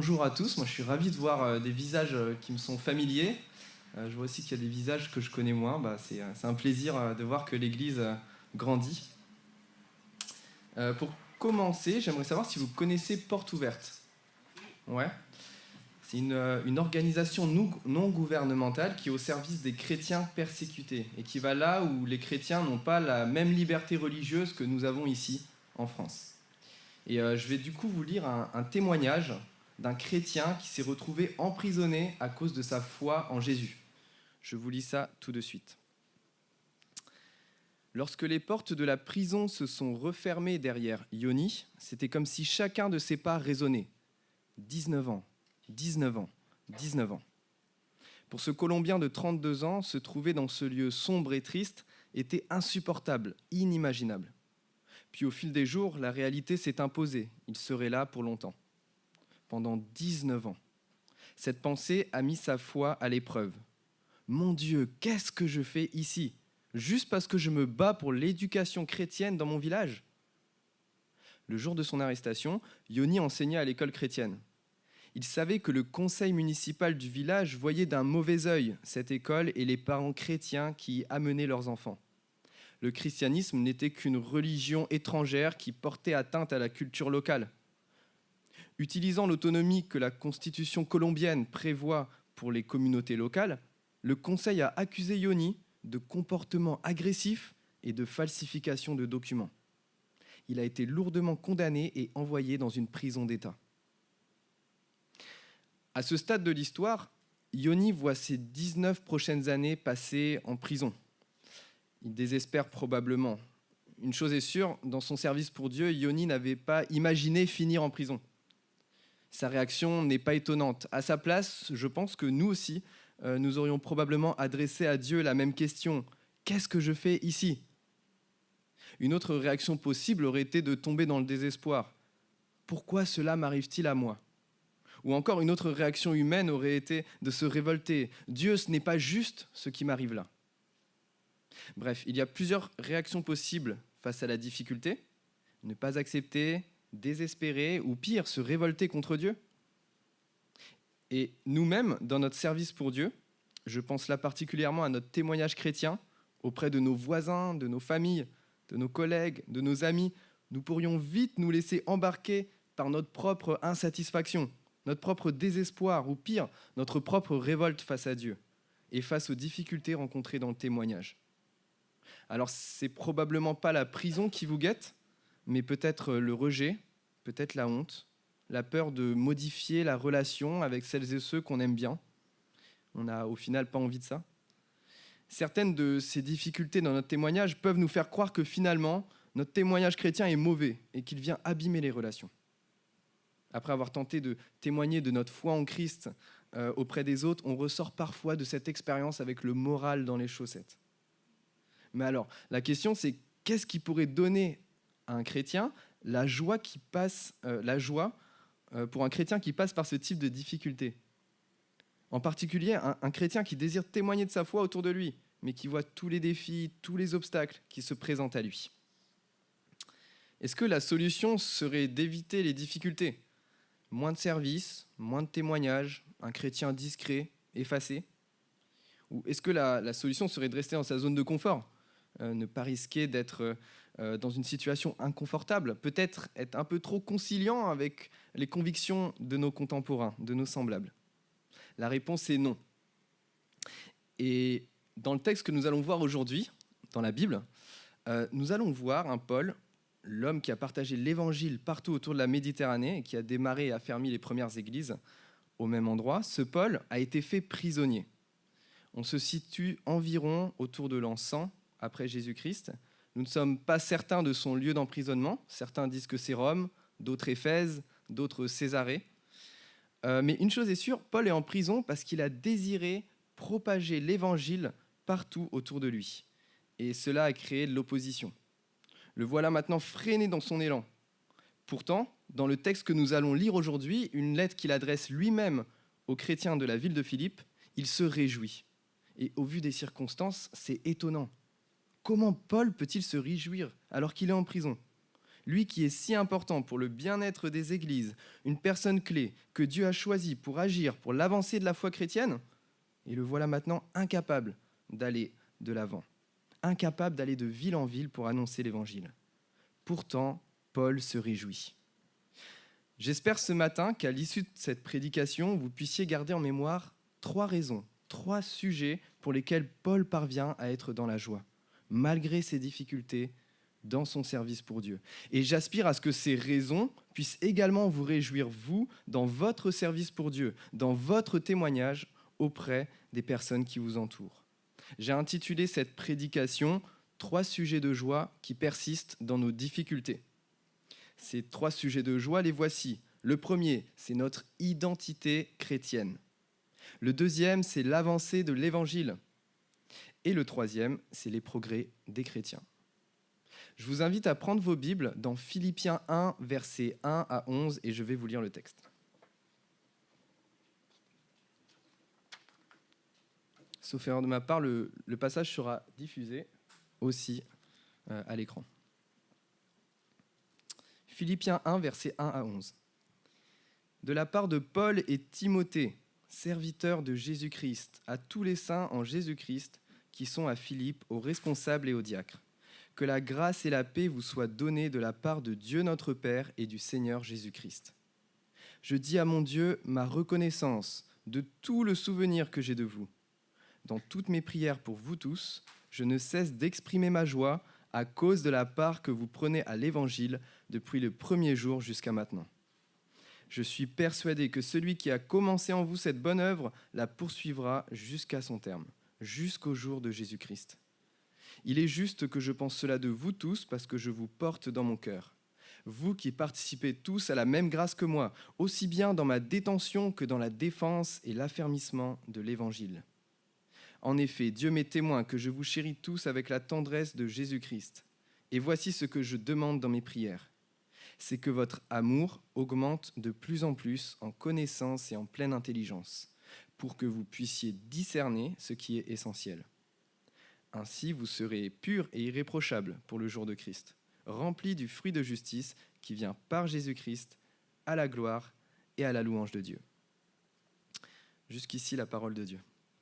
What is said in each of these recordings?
bonjour à tous. Moi, je suis ravi de voir des visages qui me sont familiers. Je vois aussi qu'il y a des visages que je connais moins. C'est un plaisir de voir que l'Église grandit. Pour commencer, j'aimerais savoir si vous connaissez Porte Ouverte. Ouais. C'est une organisation non gouvernementale qui est au service des chrétiens persécutés et qui va là où les chrétiens n'ont pas la même liberté religieuse que nous avons ici en France. Et je vais du coup vous lire un témoignage d'un chrétien qui s'est retrouvé emprisonné à cause de sa foi en Jésus. Je vous lis ça tout de suite. Lorsque les portes de la prison se sont refermées derrière Yoni, c'était comme si chacun de ses pas résonnait. 19 ans, 19 ans, 19 ans. Pour ce Colombien de 32 ans, se trouver dans ce lieu sombre et triste était insupportable, inimaginable. Puis au fil des jours, la réalité s'est imposée. Il serait là pour longtemps. Pendant 19 ans. Cette pensée a mis sa foi à l'épreuve. Mon Dieu, qu'est-ce que je fais ici ? Juste parce que je me bats pour l'éducation chrétienne dans mon village ? Le jour de son arrestation, Yoni enseignait à l'école chrétienne. Il savait que le conseil municipal du village voyait d'un mauvais œil cette école et les parents chrétiens qui y amenaient leurs enfants. Le christianisme n'était qu'une religion étrangère qui portait atteinte à la culture locale. Utilisant l'autonomie que la Constitution colombienne prévoit pour les communautés locales, le Conseil a accusé Yoni de comportement agressif et de falsification de documents. Il a été lourdement condamné et envoyé dans une prison d'État. À ce stade de l'histoire, Yoni voit ses 19 prochaines années passées en prison. Il désespère probablement. Une chose est sûre, dans son service pour Dieu, Yoni n'avait pas imaginé finir en prison. Sa réaction n'est pas étonnante. À sa place, je pense que nous aussi, nous aurions probablement adressé à Dieu la même question. Qu'est-ce que je fais ici ? Une autre réaction possible aurait été de tomber dans le désespoir. Pourquoi cela m'arrive-t-il à moi ? Ou encore une autre réaction humaine aurait été de se révolter. Dieu, ce n'est pas juste ce qui m'arrive là. Bref, il y a plusieurs réactions possibles face à la difficulté. Ne pas accepter, désespérer ou pire, se révolter contre Dieu. Et nous-mêmes, dans notre service pour Dieu, je pense là particulièrement à notre témoignage chrétien auprès de nos voisins, de nos familles, de nos collègues, de nos amis, nous pourrions vite nous laisser embarquer par notre propre insatisfaction, notre propre désespoir ou pire, notre propre révolte face à Dieu et face aux difficultés rencontrées dans le témoignage. Alors, c'est probablement pas la prison qui vous guette, mais peut-être le rejet, peut-être la honte, la peur de modifier la relation avec celles et ceux qu'on aime bien. On n'a au final pas envie de ça. Certaines de ces difficultés dans notre témoignage peuvent nous faire croire que finalement, notre témoignage chrétien est mauvais et qu'il vient abîmer les relations. Après avoir tenté de témoigner de notre foi en Christ auprès des autres, on ressort parfois de cette expérience avec le moral dans les chaussettes. Mais alors, la question c'est qu'est-ce qui pourrait donner à un chrétien la joie pour un chrétien qui passe par ce type de difficulté ? En particulier, un chrétien qui désire témoigner de sa foi autour de lui, mais qui voit tous les défis, tous les obstacles qui se présentent à lui. Est-ce que la solution serait d'éviter les difficultés ? Moins de services, moins de témoignages, un chrétien discret, effacé ? Ou est-ce que la solution serait de rester dans sa zone de confort ? Ne pas risquer d'être dans une situation inconfortable, peut-être être un peu trop conciliant avec les convictions de nos contemporains, de nos semblables. La réponse est non. Et dans le texte que nous allons voir aujourd'hui, dans la Bible, nous allons voir un Paul, l'homme qui a partagé l'évangile partout autour de la Méditerranée et qui a démarré et affermi les premières églises au même endroit. Ce Paul a été fait prisonnier. On se situe environ autour de l'an 100 après Jésus-Christ. Nous ne sommes pas certains de son lieu d'emprisonnement. Certains disent que c'est Rome, d'autres Éphèse, d'autres Césarée. Mais une chose est sûre, Paul est en prison parce qu'il a désiré propager l'évangile partout autour de lui. Et cela a créé de l'opposition. Le voilà maintenant freiné dans son élan. Pourtant, dans le texte que nous allons lire aujourd'hui, une lettre qu'il adresse lui-même aux chrétiens de la ville de Philippe, il se réjouit. Et au vu des circonstances, c'est étonnant. Comment Paul peut-il se réjouir alors qu'il est en prison ? lui qui est si important pour le bien-être des églises, une personne clé que Dieu a choisie pour agir pour l'avancée de la foi chrétienne, et le voilà maintenant incapable d'aller de l'avant, incapable d'aller de ville en ville pour annoncer l'Évangile. Pourtant, Paul se réjouit. J'espère ce matin qu'à l'issue de cette prédication, vous puissiez garder en mémoire 3 raisons, 3 sujets pour lesquels Paul parvient à être dans la joie, malgré ses difficultés dans son service pour Dieu. Et j'aspire à ce que ces raisons puissent également vous réjouir, vous, dans votre service pour Dieu, dans votre témoignage auprès des personnes qui vous entourent. J'ai intitulé cette prédication « 3 sujets de joie qui persistent dans nos difficultés ». Ces 3 sujets de joie, les voici. Le premier, c'est notre identité chrétienne. Le deuxième, c'est l'avancée de l'Évangile. Et le troisième, c'est les progrès des chrétiens. Je vous invite à prendre vos Bibles dans Philippiens 1, versets 1 à 11, et je vais vous lire le texte. Sauf erreur de ma part, le passage sera diffusé aussi à l'écran. Philippiens 1, versets 1 à 11. De la part de Paul et Timothée, serviteurs de Jésus-Christ, à tous les saints en Jésus-Christ qui sont à Philippe, aux responsables et aux diacres, que la grâce et la paix vous soient données de la part de Dieu notre Père et du Seigneur Jésus-Christ. Je dis à mon Dieu ma reconnaissance de tout le souvenir que j'ai de vous. Dans toutes mes prières pour vous tous, je ne cesse d'exprimer ma joie à cause de la part que vous prenez à l'Évangile depuis le premier jour jusqu'à maintenant. Je suis persuadé que celui qui a commencé en vous cette bonne œuvre la poursuivra jusqu'à son terme, jusqu'au jour de Jésus-Christ. Il est juste que je pense cela de vous tous parce que je vous porte dans mon cœur. Vous qui participez tous à la même grâce que moi, aussi bien dans ma détention que dans la défense et l'affermissement de l'Évangile. En effet, Dieu m'est témoin que je vous chéris tous avec la tendresse de Jésus-Christ. Et voici ce que je demande dans mes prières. C'est que votre amour augmente de plus en plus en connaissance et en pleine intelligence, pour que vous puissiez discerner ce qui est essentiel. Ainsi, vous serez purs et irréprochables pour le jour de Christ, remplis du fruit de justice qui vient par Jésus-Christ à la gloire et à la louange de Dieu. Jusqu'ici, la parole de Dieu.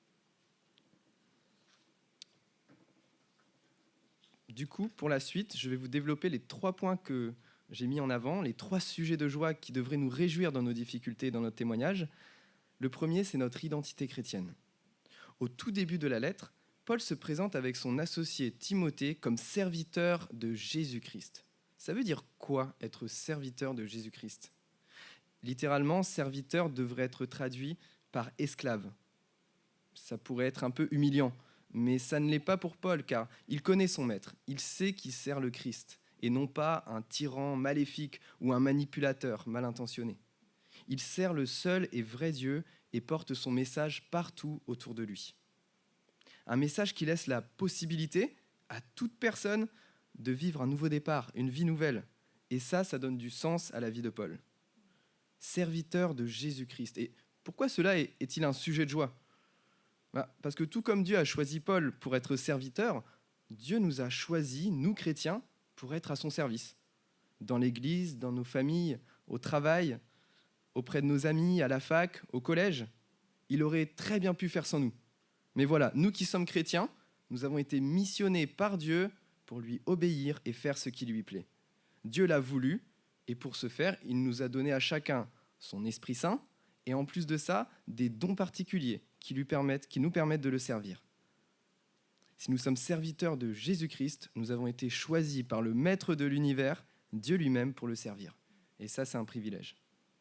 Du coup, pour la suite, je vais vous développer les 3 points que j'ai mis en avant, les 3 sujets de joie qui devraient nous réjouir dans nos difficultés et dans notre témoignage. Le premier, c'est notre identité chrétienne. Au tout début de la lettre, Paul se présente avec son associé Timothée comme serviteur de Jésus-Christ. Ça veut dire quoi, être serviteur de Jésus-Christ ? Littéralement, serviteur devrait être traduit par esclave. Ça pourrait être un peu humiliant. Mais ça ne l'est pas pour Paul, car il connaît son maître, il sait qu'il sert le Christ, et non pas un tyran maléfique ou un manipulateur mal intentionné. Il sert le seul et vrai Dieu et porte son message partout autour de lui. Un message qui laisse la possibilité à toute personne de vivre un nouveau départ, une vie nouvelle. Et ça donne du sens à la vie de Paul. Serviteur de Jésus-Christ. Et pourquoi cela est-il un sujet de joie ? Parce que tout comme Dieu a choisi Paul pour être serviteur, Dieu nous a choisis, nous chrétiens, pour être à son service. Dans l'église, dans nos familles, au travail, auprès de nos amis, à la fac, au collège. Il aurait très bien pu faire sans nous. Mais voilà, nous qui sommes chrétiens, nous avons été missionnés par Dieu pour lui obéir et faire ce qui lui plaît. Dieu l'a voulu, et pour ce faire, il nous a donné à chacun son Esprit Saint, et en plus de ça, des dons particuliers qui nous permettent de le servir. Si nous sommes serviteurs de Jésus-Christ, nous avons été choisis par le Maître de l'univers, Dieu lui-même, pour le servir. Et ça, c'est un privilège.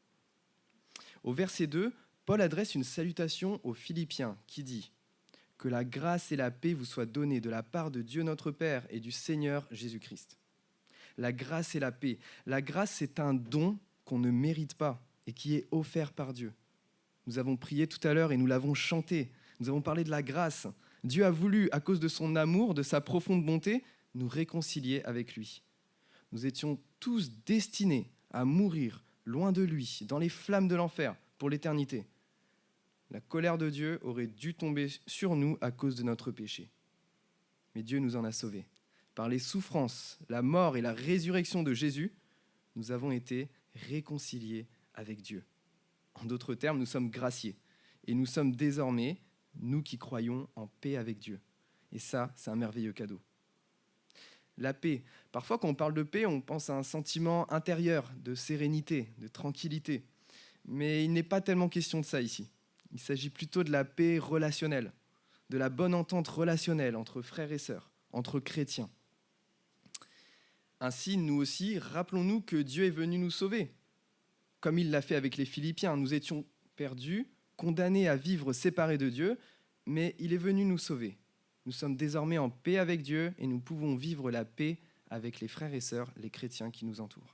Au verset 2, Paul adresse une salutation aux Philippiens qui dit « Que la grâce et la paix vous soient données de la part de Dieu notre Père et du Seigneur Jésus-Christ. » La grâce et la paix. La grâce, c'est un don qu'on ne mérite pas et qui est offert par Dieu. Nous avons prié tout à l'heure et nous l'avons chanté. Nous avons parlé de la grâce. Dieu a voulu, à cause de son amour, de sa profonde bonté, nous réconcilier avec lui. Nous étions tous destinés à mourir loin de lui, dans les flammes de l'enfer, pour l'éternité. La colère de Dieu aurait dû tomber sur nous à cause de notre péché. Mais Dieu nous en a sauvés. par les souffrances, la mort et la résurrection de Jésus, nous avons été réconciliés avec Dieu. En d'autres termes, nous sommes graciés. Et nous sommes désormais, nous qui croyons, en paix avec Dieu. Et ça, c'est un merveilleux cadeau. La paix. Parfois, quand on parle de paix, on pense à un sentiment intérieur, de sérénité, de tranquillité. Mais il n'est pas tellement question de ça ici. Il s'agit plutôt de la paix relationnelle, de la bonne entente relationnelle entre frères et sœurs, entre chrétiens. Ainsi, nous aussi, rappelons-nous que Dieu est venu nous sauver. Comme il l'a fait avec les Philippiens, nous étions perdus, condamnés à vivre séparés de Dieu, mais il est venu nous sauver. Nous sommes désormais en paix avec Dieu et nous pouvons vivre la paix avec les frères et sœurs, les chrétiens qui nous entourent.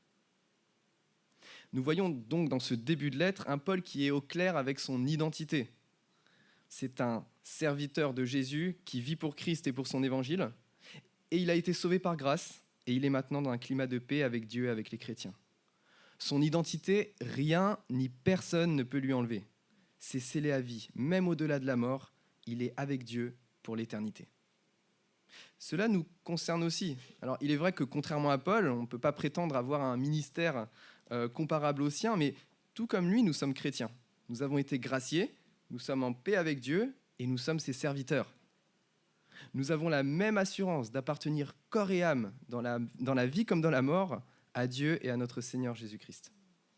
Nous voyons donc dans ce début de lettre un Paul qui est au clair avec son identité. C'est un serviteur de Jésus qui vit pour Christ et pour son évangile, et il a été sauvé par grâce, et il est maintenant dans un climat de paix avec Dieu et avec les chrétiens. Son identité, rien ni personne ne peut lui enlever. C'est scellé à vie, même au-delà de la mort, il est avec Dieu pour l'éternité. Cela nous concerne aussi. Alors, il est vrai que contrairement à Paul, on ne peut pas prétendre avoir un ministère comparable au sien, mais tout comme lui, nous sommes chrétiens. Nous avons été graciés, nous sommes en paix avec Dieu et nous sommes ses serviteurs. Nous avons la même assurance d'appartenir corps et âme, dans la vie comme dans la mort, à Dieu et à notre Seigneur Jésus-Christ.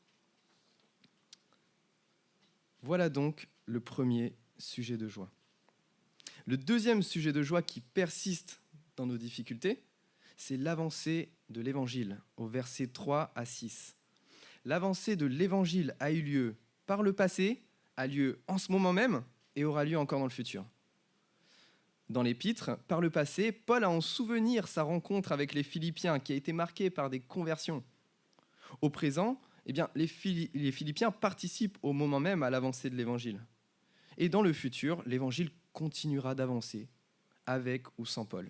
Voilà donc le premier sujet de joie. Le deuxième sujet de joie qui persiste dans nos difficultés, c'est l'avancée de l'Évangile, au versets 3 à 6. L'avancée de l'Évangile a eu lieu par le passé, a lieu en ce moment même et aura lieu encore dans le futur. Dans l'Épître, par le passé, Paul a en souvenir sa rencontre avec les Philippiens qui a été marquée par des conversions. Au présent, les Philippiens participent au moment même à l'avancée de l'Évangile. Et dans le futur, l'Évangile continuera d'avancer, avec ou sans Paul.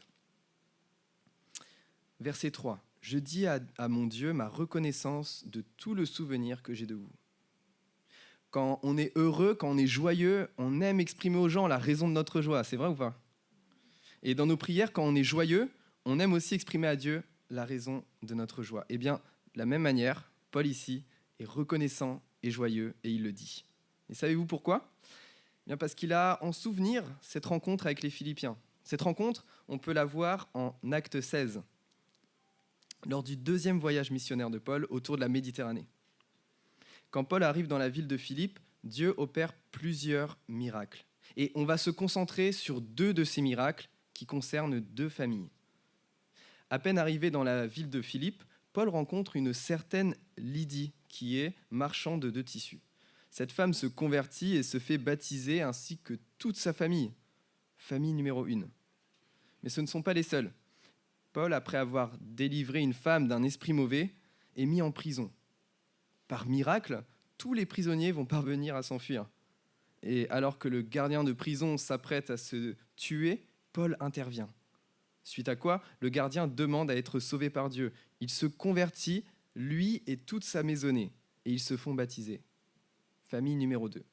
Verset 3. « Je dis à mon Dieu ma reconnaissance de tout le souvenir que j'ai de vous. » Quand on est heureux, quand on est joyeux, on aime exprimer aux gens la raison de notre joie. C'est vrai ou pas ? Et dans nos prières, quand on est joyeux, on aime aussi exprimer à Dieu la raison de notre joie. Eh bien, de la même manière, Paul ici est reconnaissant et joyeux, et il le dit. Et savez-vous pourquoi ? Bien parce qu'il a en souvenir cette rencontre avec les Philippiens. Cette rencontre, on peut la voir en Acte 16, lors du deuxième voyage missionnaire de Paul autour de la Méditerranée. Quand Paul arrive dans la ville de Philippe, Dieu opère plusieurs miracles. Et on va se concentrer sur 2 de ces miracles qui concernent 2 familles. À peine arrivé dans la ville de Philippe, Paul rencontre une certaine Lydie qui est marchande de tissus. Cette femme se convertit et se fait baptiser ainsi que toute sa famille, famille numéro 1. Mais ce ne sont pas les seuls. Paul, après avoir délivré une femme d'un esprit mauvais, est mis en prison. Par miracle, tous les prisonniers vont parvenir à s'enfuir. Et alors que le gardien de prison s'apprête à se tuer, Paul intervient. Suite à quoi, le gardien demande à être sauvé par Dieu. Il se convertit, lui et toute sa maisonnée, et ils se font baptiser. Famille numéro 2.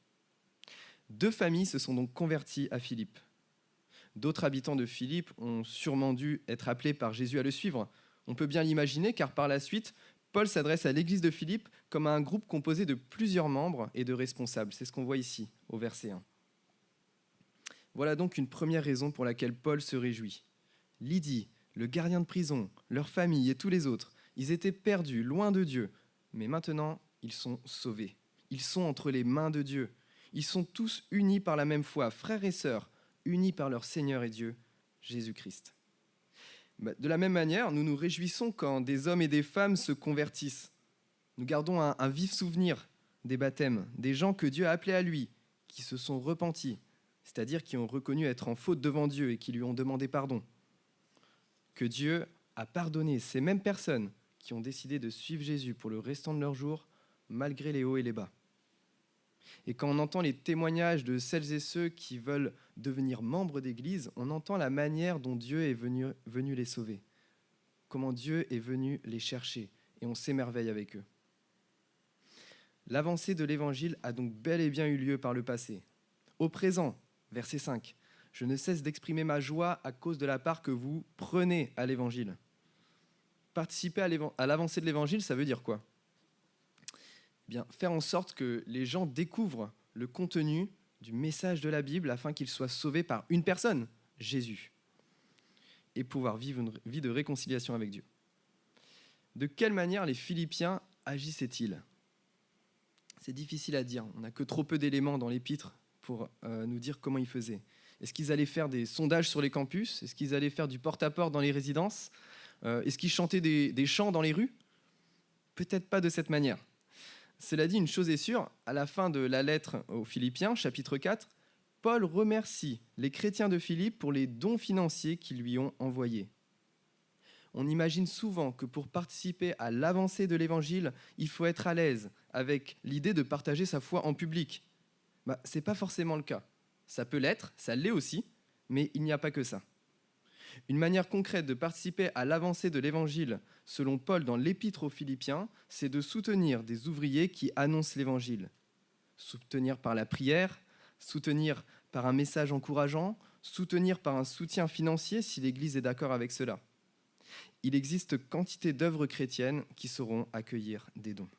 2 familles se sont donc converties à Philippe. D'autres habitants de Philippe ont sûrement dû être appelés par Jésus à le suivre. On peut bien l'imaginer, car par la suite, Paul s'adresse à l'église de Philippe comme à un groupe composé de plusieurs membres et de responsables. C'est ce qu'on voit ici, au verset 1. Voilà donc une première raison pour laquelle Paul se réjouit. Lydie, le gardien de prison, leur famille et tous les autres, ils étaient perdus, loin de Dieu. Mais maintenant, ils sont sauvés. Ils sont entre les mains de Dieu. Ils sont tous unis par la même foi, frères et sœurs, unis par leur Seigneur et Dieu, Jésus-Christ. De la même manière, nous nous réjouissons quand des hommes et des femmes se convertissent. Nous gardons un vif souvenir des baptêmes, des gens que Dieu a appelés à lui, qui se sont repentis, c'est-à-dire qui ont reconnu être en faute devant Dieu et qui lui ont demandé pardon. Que Dieu a pardonné ces mêmes personnes qui ont décidé de suivre Jésus pour le restant de leurs jours, malgré les hauts et les bas. Et quand on entend les témoignages de celles et ceux qui veulent devenir membres d'Église, on entend la manière dont Dieu est venu les sauver, comment Dieu est venu les chercher, et on s'émerveille avec eux. L'avancée de l'Évangile a donc bel et bien eu lieu par le passé. Au présent, verset 5, Je ne cesse d'exprimer ma joie à cause de la part que vous prenez à l'Évangile. Participer à l'avancée de l'Évangile, ça veut dire quoi ? Eh bien, faire en sorte que les gens découvrent le contenu du message de la Bible afin qu'ils soient sauvés par une personne, Jésus, et pouvoir vivre une vie de réconciliation avec Dieu. De quelle manière les Philippiens agissaient-ils ? C'est difficile à dire. On n'a que trop peu d'éléments dans l'épître pour nous dire comment ils faisaient. Est-ce qu'ils allaient faire des sondages sur les campus ? Est-ce qu'ils allaient faire du porte-à-porte dans les résidences ? Est-ce qu'ils chantaient des chants dans les rues ? Peut-être pas de cette manière. Cela dit, une chose est sûre, à la fin de la lettre aux Philippiens, chapitre 4, Paul remercie les chrétiens de Philippe pour les dons financiers qu'ils lui ont envoyés. On imagine souvent que pour participer à l'avancée de l'Évangile, il faut être à l'aise avec l'idée de partager sa foi en public. Ce n'est pas forcément le cas. Ça peut l'être, ça l'est aussi, mais il n'y a pas que ça. Une manière concrète de participer à l'avancée de l'Évangile, selon Paul dans l'Épître aux Philippiens, c'est de soutenir des ouvriers qui annoncent l'Évangile. Soutenir par la prière, soutenir par un message encourageant, soutenir par un soutien financier si l'Église est d'accord avec cela. Il existe quantité d'œuvres chrétiennes qui sauront accueillir des dons.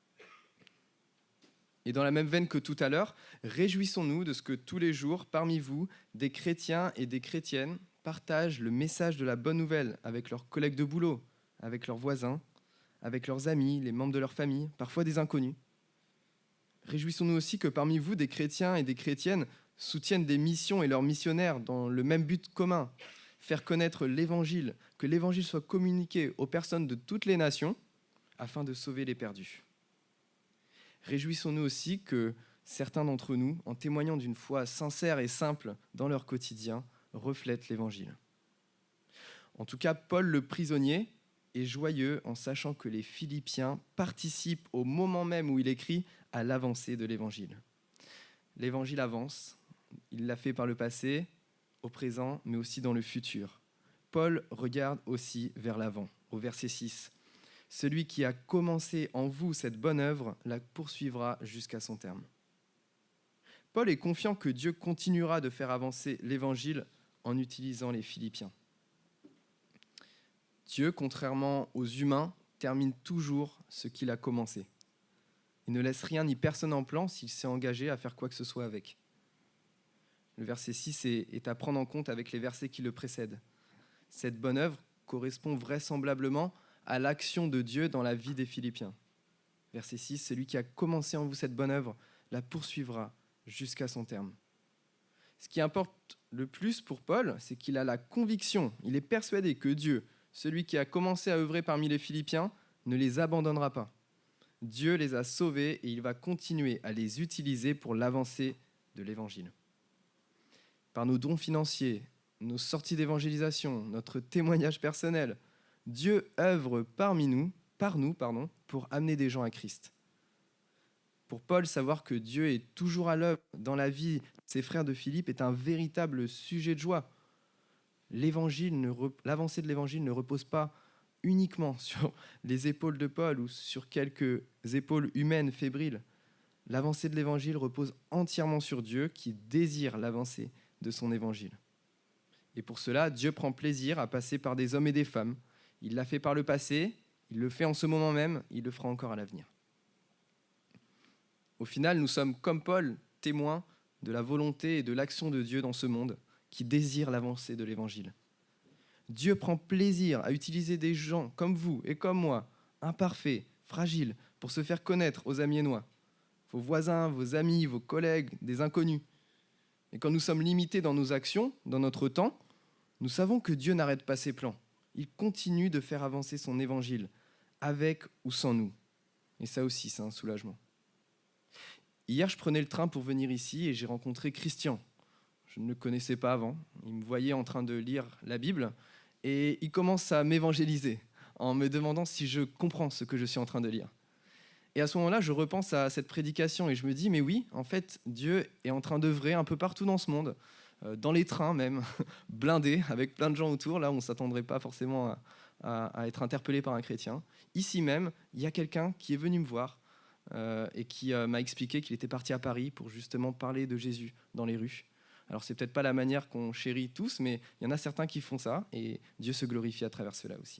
Et dans la même veine que tout à l'heure, réjouissons-nous de ce que tous les jours, parmi vous, des chrétiens et des chrétiennes partagent le message de la bonne nouvelle avec leurs collègues de boulot, avec leurs voisins, avec leurs amis, les membres de leur famille, parfois des inconnus. Réjouissons-nous aussi que parmi vous, des chrétiens et des chrétiennes soutiennent des missions et leurs missionnaires dans le même but commun, faire connaître l'Évangile, que l'Évangile soit communiqué aux personnes de toutes les nations afin de sauver les perdus. Réjouissons-nous aussi que certains d'entre nous, en témoignant d'une foi sincère et simple dans leur quotidien, reflètent l'Évangile. En tout cas, Paul le prisonnier est joyeux en sachant que les Philippiens participent au moment même où il écrit à l'avancée de l'Évangile. L'Évangile avance, il l'a fait par le passé, au présent, mais aussi dans le futur. Paul regarde aussi vers l'avant, au verset 6. « Celui qui a commencé en vous cette bonne œuvre la poursuivra jusqu'à son terme. » Paul est confiant que Dieu continuera de faire avancer l'Évangile en utilisant les Philippiens. Dieu, contrairement aux humains, termine toujours ce qu'il a commencé. Il ne laisse rien ni personne en plan s'il s'est engagé à faire quoi que ce soit avec. Le verset 6 est à prendre en compte avec les versets qui le précèdent. Cette bonne œuvre correspond vraisemblablement à l'action de Dieu dans la vie des Philippiens. Verset 6, celui qui a commencé en vous cette bonne œuvre la poursuivra jusqu'à son terme. Ce qui importe le plus pour Paul, c'est qu'il a la conviction, il est persuadé que Dieu, celui qui a commencé à œuvrer parmi les Philippiens, ne les abandonnera pas. Dieu les a sauvés et il va continuer à les utiliser pour l'avancée de l'Évangile. Par nos dons financiers, nos sorties d'évangélisation, notre témoignage personnel, Dieu œuvre par nous, pour amener des gens à Christ. Pour Paul, savoir que Dieu est toujours à l'œuvre dans la vie de ses frères de Philippe est un véritable sujet de joie. L'avancée de l'Évangile ne repose pas uniquement sur les épaules de Paul ou sur quelques épaules humaines fébriles. L'avancée de l'Évangile repose entièrement sur Dieu qui désire l'avancée de son Évangile. Et pour cela, Dieu prend plaisir à passer par des hommes et des femmes. Il l'a fait par le passé, il le fait en ce moment même, il le fera encore à l'avenir. Au final, nous sommes, comme Paul, témoins de la volonté et de l'action de Dieu dans ce monde qui désire l'avancée de l'Évangile. Dieu prend plaisir à utiliser des gens comme vous et comme moi, imparfaits, fragiles, pour se faire connaître aux Amiénois, vos voisins, vos amis, vos collègues, des inconnus. Et quand nous sommes limités dans nos actions, dans notre temps, nous savons que Dieu n'arrête pas ses plans. Il continue de faire avancer son Évangile, avec ou sans nous. Et ça aussi, c'est un soulagement. Hier, je prenais le train pour venir ici et j'ai rencontré Christian. Je ne le connaissais pas avant. Il me voyait en train de lire la Bible et il commence à m'évangéliser en me demandant si je comprends ce que je suis en train de lire. Et à ce moment-là, je repense à cette prédication et je me dis, mais oui, en fait, Dieu est en train d'œuvrer un peu partout dans ce monde, dans les trains même, blindés, avec plein de gens autour. Là, on ne s'attendrait pas forcément à être interpellé par un chrétien. Ici même, il y a quelqu'un qui est venu me voir et qui m'a expliqué qu'il était parti à Paris pour justement parler de Jésus dans les rues. Alors c'est peut-être pas la manière qu'on chérit tous, mais il y en a certains qui font ça, et Dieu se glorifie à travers cela aussi.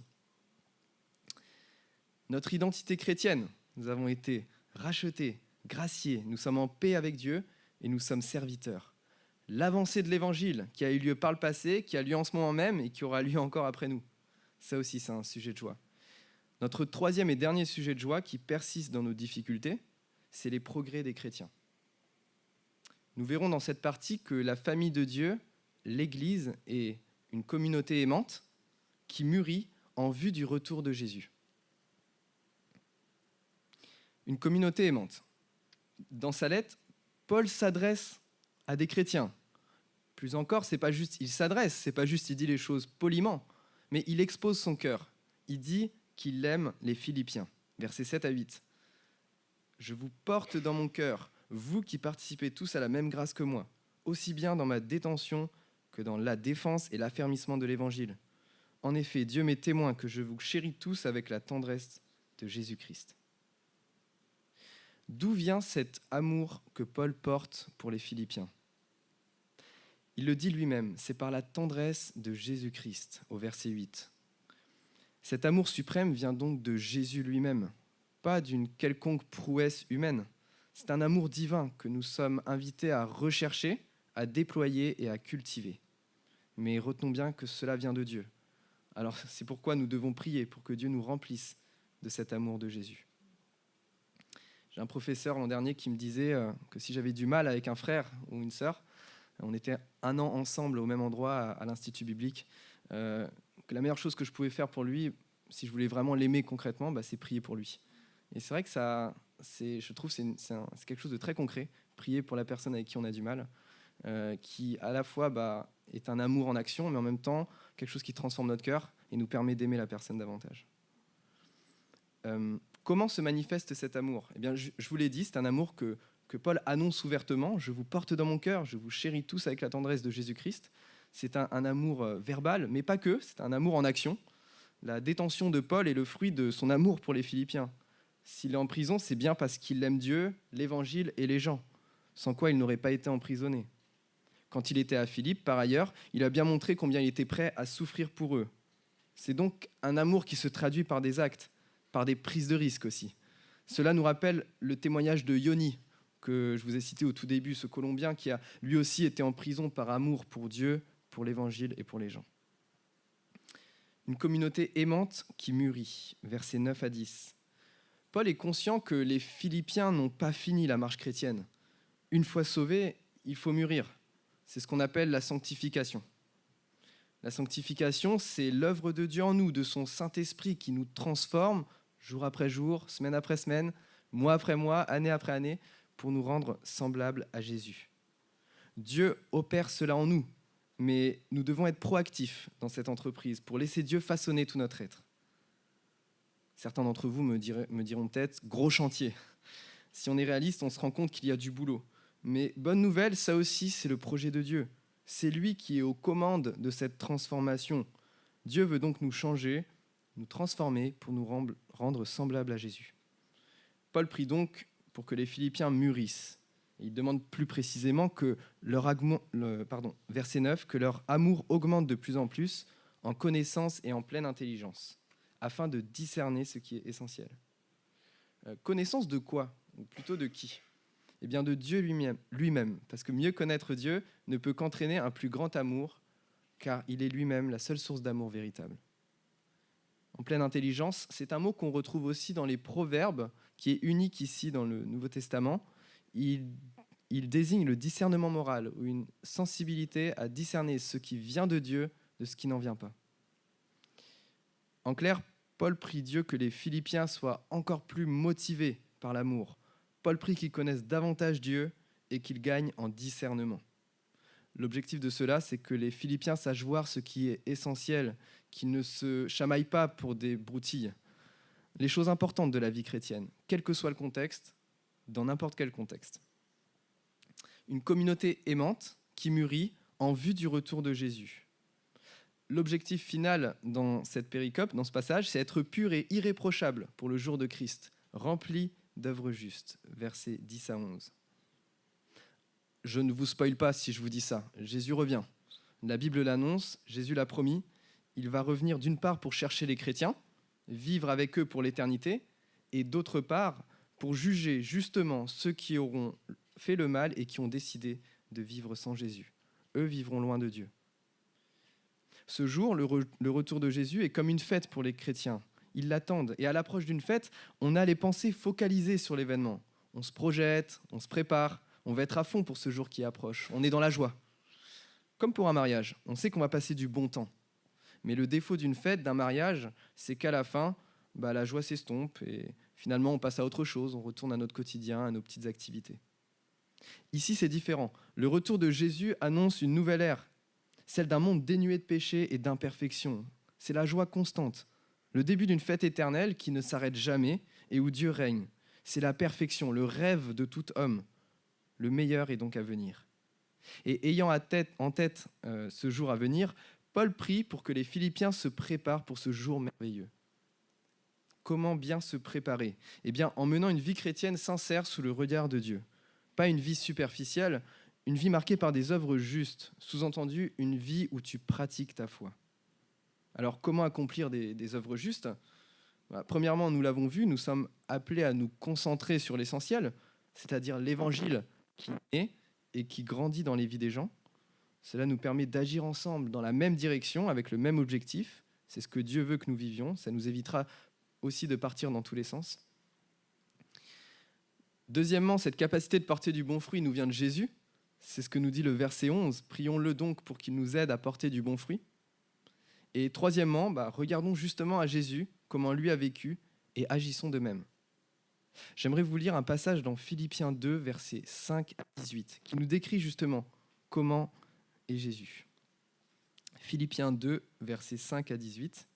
Notre identité chrétienne, nous avons été rachetés, graciés, nous sommes en paix avec Dieu et nous sommes serviteurs. L'avancée de l'évangile qui a eu lieu par le passé, qui a lieu en ce moment même et qui aura lieu encore après nous. Ça aussi, c'est un sujet de joie. Notre troisième et dernier sujet de joie qui persiste dans nos difficultés, c'est les progrès des chrétiens. Nous verrons dans cette partie que la famille de Dieu, l'Église, est une communauté aimante qui mûrit en vue du retour de Jésus. Une communauté aimante. Dans sa lettre, Paul s'adresse à des chrétiens. Plus encore, c'est pas juste il s'adresse, c'est pas juste il dit les choses poliment, mais il expose son cœur. Il dit qu'il aime les Philippiens. Versets 7 à 8. « Je vous porte dans mon cœur, vous qui participez tous à la même grâce que moi, aussi bien dans ma détention que dans la défense et l'affermissement de l'Évangile. En effet, Dieu m'est témoin que je vous chéris tous avec la tendresse de Jésus-Christ. » D'où vient cet amour que Paul porte pour les Philippiens ? Il le dit lui-même, c'est par la tendresse de Jésus-Christ, au verset 8. Cet amour suprême vient donc de Jésus lui-même, pas d'une quelconque prouesse humaine. C'est un amour divin que nous sommes invités à rechercher, à déployer et à cultiver. Mais retenons bien que cela vient de Dieu. Alors c'est pourquoi nous devons prier pour que Dieu nous remplisse de cet amour de Jésus. J'ai un professeur l'an dernier qui me disait que si j'avais du mal avec un frère ou une sœur, on était 1 an ensemble au même endroit à l'Institut biblique, que la meilleure chose que je pouvais faire pour lui, si je voulais vraiment l'aimer concrètement, c'est prier pour lui. Et c'est vrai que je trouve que c'est quelque chose de très concret, prier pour la personne avec qui on a du mal, qui à la fois est un amour en action, mais en même temps quelque chose qui transforme notre cœur et nous permet d'aimer la personne davantage. Comment se manifeste cet amour ? Eh bien, je vous l'ai dit, c'est un amour que Paul annonce ouvertement. Je vous porte dans mon cœur, je vous chéris tous avec la tendresse de Jésus-Christ. C'est un amour verbal, mais pas que, c'est un amour en action. La détention de Paul est le fruit de son amour pour les Philippiens. S'il est en prison, c'est bien parce qu'il aime Dieu, l'Évangile et les gens, sans quoi il n'aurait pas été emprisonné. Quand il était à Philippe, par ailleurs, il a bien montré combien il était prêt à souffrir pour eux. C'est donc un amour qui se traduit par des actes, par des prises de risques aussi. Cela nous rappelle le témoignage de Yoni, que je vous ai cité au tout début, ce Colombien qui a lui aussi été en prison par amour pour Dieu, pour l'Évangile et pour les gens. Une communauté aimante qui mûrit, versets 9 à 10. Paul est conscient que les Philippiens n'ont pas fini la marche chrétienne. Une fois sauvés, il faut mûrir. C'est ce qu'on appelle la sanctification. La sanctification, c'est l'œuvre de Dieu en nous, de son Saint-Esprit qui nous transforme jour après jour, semaine après semaine, mois après mois, année après année, pour nous rendre semblables à Jésus. Dieu opère cela en nous, mais nous devons être proactifs dans cette entreprise pour laisser Dieu façonner tout notre être. Certains d'entre vous me diront peut-être « gros chantier ». Si on est réaliste, on se rend compte qu'il y a du boulot. Mais bonne nouvelle, ça aussi, c'est le projet de Dieu. C'est lui qui est aux commandes de cette transformation. Dieu veut donc nous changer, nous transformer pour nous rendre semblables à Jésus. Paul prie donc pour que les Philippiens mûrissent. Et il demande plus précisément que verset 9, que leur amour augmente de plus en plus en connaissance et en pleine intelligence, afin de discerner ce qui est essentiel. Connaissance de quoi ? Ou plutôt de qui ? Eh bien de Dieu lui-même, parce que mieux connaître Dieu ne peut qu'entraîner un plus grand amour, car il est lui-même la seule source d'amour véritable. En pleine intelligence, c'est un mot qu'on retrouve aussi dans les Proverbes, qui est unique ici dans le Nouveau Testament. Il désigne le discernement moral, ou une sensibilité à discerner ce qui vient de Dieu de ce qui n'en vient pas. En clair, Paul prie Dieu que les Philippiens soient encore plus motivés par l'amour. Paul prie qu'ils connaissent davantage Dieu et qu'ils gagnent en discernement. L'objectif de cela, c'est que les Philippiens sachent voir ce qui est essentiel, qu'ils ne se chamaillent pas pour des broutilles. Les choses importantes de la vie chrétienne, quel que soit le contexte, dans n'importe quel contexte. Une communauté aimante qui mûrit en vue du retour de Jésus. L'objectif final dans cette péricope, dans ce passage, c'est être pur et irréprochable pour le jour de Christ, rempli d'œuvres justes. Versets 10 à 11. je ne vous spoile pas si je vous dis ça. Jésus revient. La Bible l'annonce, Jésus l'a promis. Il va revenir d'une part pour chercher les chrétiens, vivre avec eux pour l'éternité, et d'autre part pour juger justement ceux qui auront fait le mal et qui ont décidé de vivre sans Jésus. Eux vivront loin de Dieu. Ce jour, le retour de Jésus est comme une fête pour les chrétiens. Ils l'attendent. Et à l'approche d'une fête, on a les pensées focalisées sur l'événement. On se projette, on se prépare, on va être à fond pour ce jour qui approche. On est dans la joie. Comme pour un mariage, on sait qu'on va passer du bon temps. Mais le défaut d'une fête, d'un mariage, c'est qu'à la fin, la joie s'estompe et finalement on passe à autre chose, on retourne à notre quotidien, à nos petites activités. Ici, c'est différent. Le retour de Jésus annonce une nouvelle ère, celle d'un monde dénué de péché et d'imperfection. C'est la joie constante, le début d'une fête éternelle qui ne s'arrête jamais et où Dieu règne. C'est la perfection, le rêve de tout homme. Le meilleur est donc à venir. Et ayant en tête ce jour à venir, Paul prie pour que les Philippiens se préparent pour ce jour merveilleux. Comment bien se préparer ? Eh bien, en menant une vie chrétienne sincère sous le regard de Dieu. Pas une vie superficielle, une vie marquée par des œuvres justes, sous-entendu une vie où tu pratiques ta foi. Alors, comment accomplir des œuvres justes ? Premièrement, nous l'avons vu, nous sommes appelés à nous concentrer sur l'essentiel, c'est-à-dire l'évangile qui est et qui grandit dans les vies des gens. Cela nous permet d'agir ensemble dans la même direction, avec le même objectif. C'est ce que Dieu veut que nous vivions. Ça nous évitera aussi de partir dans tous les sens. Deuxièmement, cette capacité de porter du bon fruit nous vient de Jésus. C'est ce que nous dit le verset 11. Prions-le donc pour qu'il nous aide à porter du bon fruit. Et troisièmement, regardons justement à Jésus, comment lui a vécu, et agissons de même. J'aimerais vous lire un passage dans Philippiens 2, versets 5 à 18, qui nous décrit justement comment est Jésus. Philippiens 2, versets 5 à 18.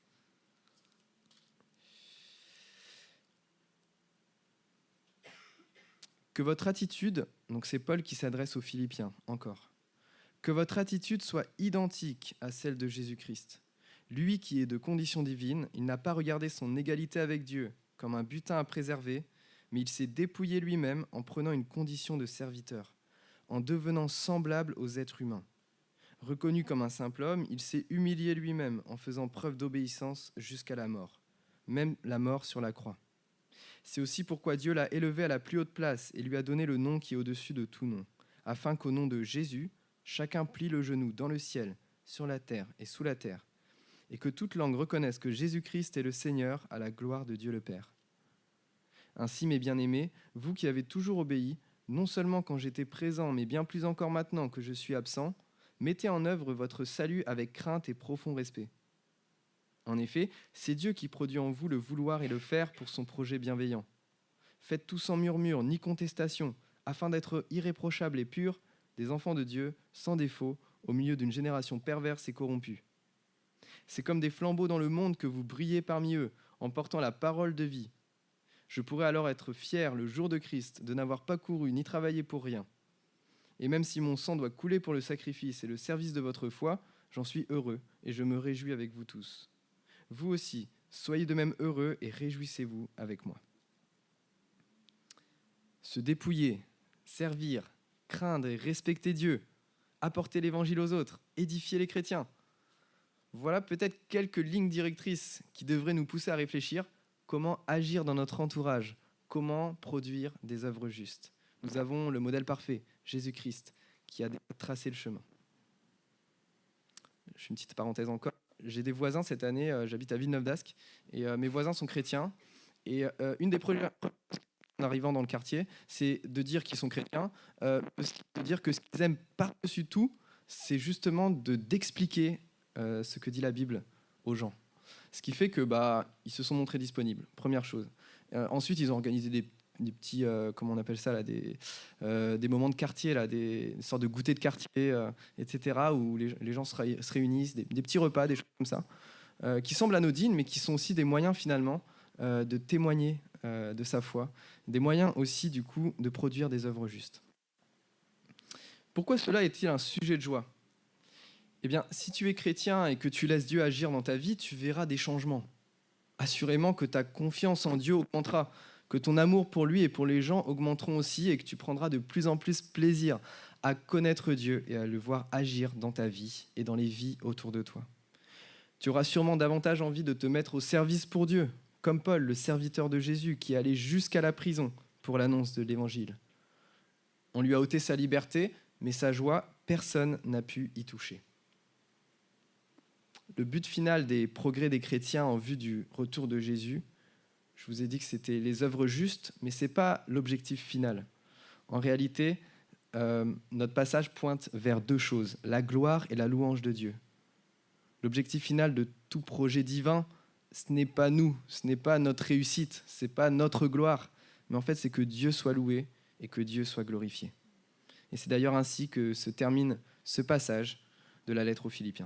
Que votre attitude, donc c'est Paul qui s'adresse aux Philippiens encore, que votre attitude soit identique à celle de Jésus-Christ. Lui qui est de condition divine, il n'a pas regardé son égalité avec Dieu comme un butin à préserver, mais il s'est dépouillé lui-même en prenant une condition de serviteur, en devenant semblable aux êtres humains. Reconnu comme un simple homme, il s'est humilié lui-même en faisant preuve d'obéissance jusqu'à la mort, même la mort sur la croix. C'est aussi pourquoi Dieu l'a élevé à la plus haute place et lui a donné le nom qui est au-dessus de tout nom, afin qu'au nom de Jésus, chacun plie le genou dans le ciel, sur la terre et sous la terre, et que toute langue reconnaisse que Jésus-Christ est le Seigneur à la gloire de Dieu le Père. Ainsi, mes bien-aimés, vous qui avez toujours obéi, non seulement quand j'étais présent, mais bien plus encore maintenant que je suis absent, mettez en œuvre votre salut avec crainte et profond respect. En effet, c'est Dieu qui produit en vous le vouloir et le faire pour son projet bienveillant. Faites tout sans murmure ni contestation, afin d'être irréprochables et purs, des enfants de Dieu, sans défaut, au milieu d'une génération perverse et corrompue. C'est comme des flambeaux dans le monde que vous brillez parmi eux, en portant la parole de vie. Je pourrais alors être fier le jour de Christ de n'avoir pas couru ni travaillé pour rien. Et même si mon sang doit couler pour le sacrifice et le service de votre foi, j'en suis heureux et je me réjouis avec vous tous. Vous aussi, soyez de même heureux et réjouissez-vous avec moi. Se dépouiller, servir, craindre et respecter Dieu, apporter l'évangile aux autres, édifier les chrétiens. Voilà peut-être quelques lignes directrices qui devraient nous pousser à réfléchir comment agir dans notre entourage, comment produire des œuvres justes. Nous avons le modèle parfait, Jésus-Christ, qui a tracé le chemin. Je fais une petite parenthèse encore. J'ai des voisins cette année, j'habite à Villeneuve-d'Ascq, et mes voisins sont chrétiens. Et une des premières en arrivant dans le quartier, c'est de dire qu'ils sont chrétiens, de dire que ce qu'ils aiment par-dessus tout, c'est justement d'expliquer ce que dit la Bible aux gens. Ce qui fait que ils se sont montrés disponibles, première chose. Ensuite, ils ont organisé des petits, comment on appelle ça là, des moments de quartier, là, des sortes de goûters de quartier, etc., où les gens se réunissent, des petits repas, des choses comme ça, qui semblent anodines, mais qui sont aussi des moyens finalement de témoigner de sa foi, des moyens aussi du coup de produire des œuvres justes. Pourquoi cela est-il un sujet de joie ? Eh bien, si tu es chrétien et que tu laisses Dieu agir dans ta vie, tu verras des changements. Assurément que ta confiance en Dieu augmentera, que ton amour pour lui et pour les gens augmenteront aussi et que tu prendras de plus en plus plaisir à connaître Dieu et à le voir agir dans ta vie et dans les vies autour de toi. Tu auras sûrement davantage envie de te mettre au service pour Dieu, comme Paul, le serviteur de Jésus, qui est allé jusqu'à la prison pour l'annonce de l'Évangile. On lui a ôté sa liberté, mais sa joie, personne n'a pu y toucher. Le but final des progrès des chrétiens en vue du retour de Jésus, je vous ai dit que c'était les œuvres justes, mais ce n'est pas l'objectif final. En réalité, notre passage pointe vers deux choses, la gloire et la louange de Dieu. L'objectif final de tout projet divin, ce n'est pas nous, ce n'est pas notre réussite, ce n'est pas notre gloire, mais en fait, c'est que Dieu soit loué et que Dieu soit glorifié. Et c'est d'ailleurs ainsi que se termine ce passage de la lettre aux Philippiens.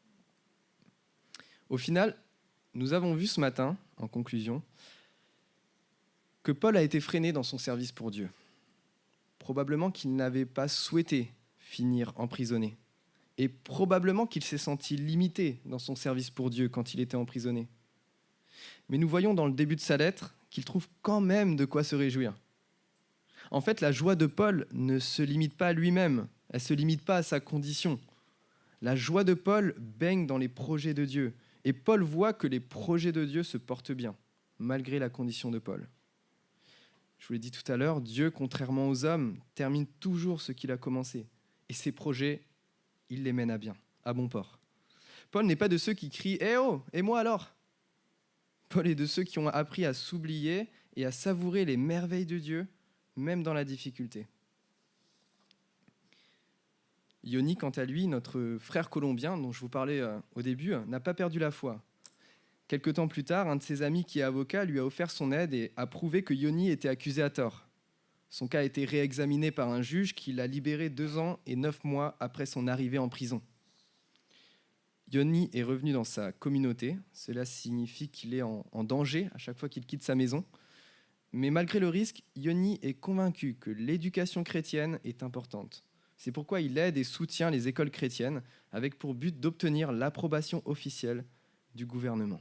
Au final, nous avons vu ce matin, en conclusion, que Paul a été freiné dans son service pour Dieu. Probablement qu'il n'avait pas souhaité finir emprisonné. Et probablement qu'il s'est senti limité dans son service pour Dieu quand il était emprisonné. Mais nous voyons dans le début de sa lettre qu'il trouve quand même de quoi se réjouir. En fait, la joie de Paul ne se limite pas à lui-même, elle ne se limite pas à sa condition. La joie de Paul baigne dans les projets de Dieu. Et Paul voit que les projets de Dieu se portent bien, malgré la condition de Paul. Je vous l'ai dit tout à l'heure, Dieu, contrairement aux hommes, termine toujours ce qu'il a commencé. Et ses projets, il les mène à bien, à bon port. Paul n'est pas de ceux qui crient « Eh oh, et moi alors ?» Paul est de ceux qui ont appris à s'oublier et à savourer les merveilles de Dieu, même dans la difficulté. Yoni, quant à lui, notre frère colombien, dont je vous parlais au début, n'a pas perdu la foi. Quelque temps plus tard, un de ses amis qui est avocat lui a offert son aide et a prouvé que Yoni était accusé à tort. Son cas a été réexaminé par un juge qui l'a libéré 2 ans et 9 mois après son arrivée en prison. Yoni est revenu dans sa communauté. Cela signifie qu'il est en danger à chaque fois qu'il quitte sa maison. Mais malgré le risque, Yoni est convaincu que l'éducation chrétienne est importante. C'est pourquoi il aide et soutient les écoles chrétiennes avec pour but d'obtenir l'approbation officielle du gouvernement.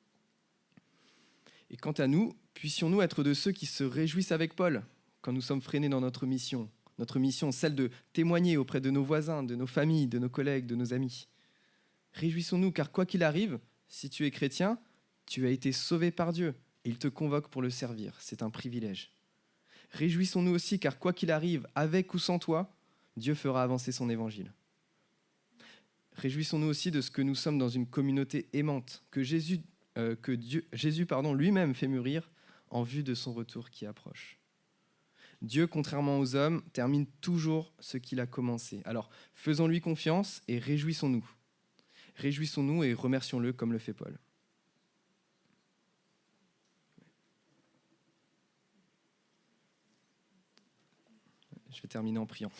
Et quant à nous, puissions-nous être de ceux qui se réjouissent avec Paul quand nous sommes freinés dans notre mission, celle de témoigner auprès de nos voisins, de nos familles, de nos collègues, de nos amis. Réjouissons-nous, car quoi qu'il arrive, si tu es chrétien, tu as été sauvé par Dieu et il te convoque pour le servir. C'est un privilège. Réjouissons-nous aussi, car quoi qu'il arrive, avec ou sans toi, Dieu fera avancer son évangile. Réjouissons-nous aussi de ce que nous sommes dans une communauté aimante, que Jésus lui-même fait mûrir en vue de son retour qui approche. Dieu, contrairement aux hommes, termine toujours ce qu'il a commencé. Alors, faisons-lui confiance et réjouissons-nous. Réjouissons-nous et remercions-le comme le fait Paul. Je vais terminer en priant.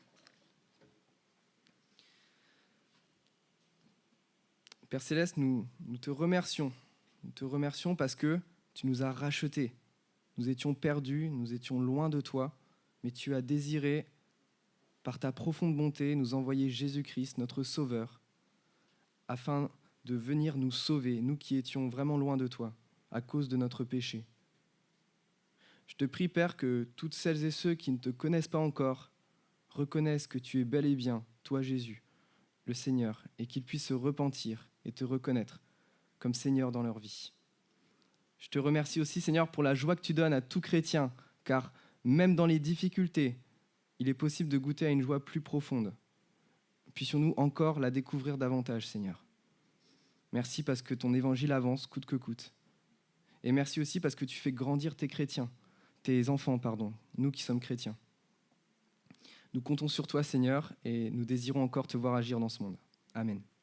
Père Céleste, nous te remercions. Nous te remercions parce que tu nous as rachetés. Nous étions perdus, nous étions loin de toi, mais tu as désiré, par ta profonde bonté, nous envoyer Jésus-Christ, notre Sauveur, afin de venir nous sauver, nous qui étions vraiment loin de toi, à cause de notre péché. Je te prie, Père, que toutes celles et ceux qui ne te connaissent pas encore reconnaissent que tu es bel et bien, toi Jésus, le Seigneur, et qu'ils puissent se repentir et te reconnaître comme Seigneur dans leur vie. Je te remercie aussi, Seigneur, pour la joie que tu donnes à tout chrétien, car même dans les difficultés, il est possible de goûter à une joie plus profonde. Puissions-nous encore la découvrir davantage, Seigneur. Merci parce que ton évangile avance coûte que coûte. Et merci aussi parce que tu fais grandir tes enfants, nous qui sommes chrétiens. Nous comptons sur toi, Seigneur, et nous désirons encore te voir agir dans ce monde. Amen.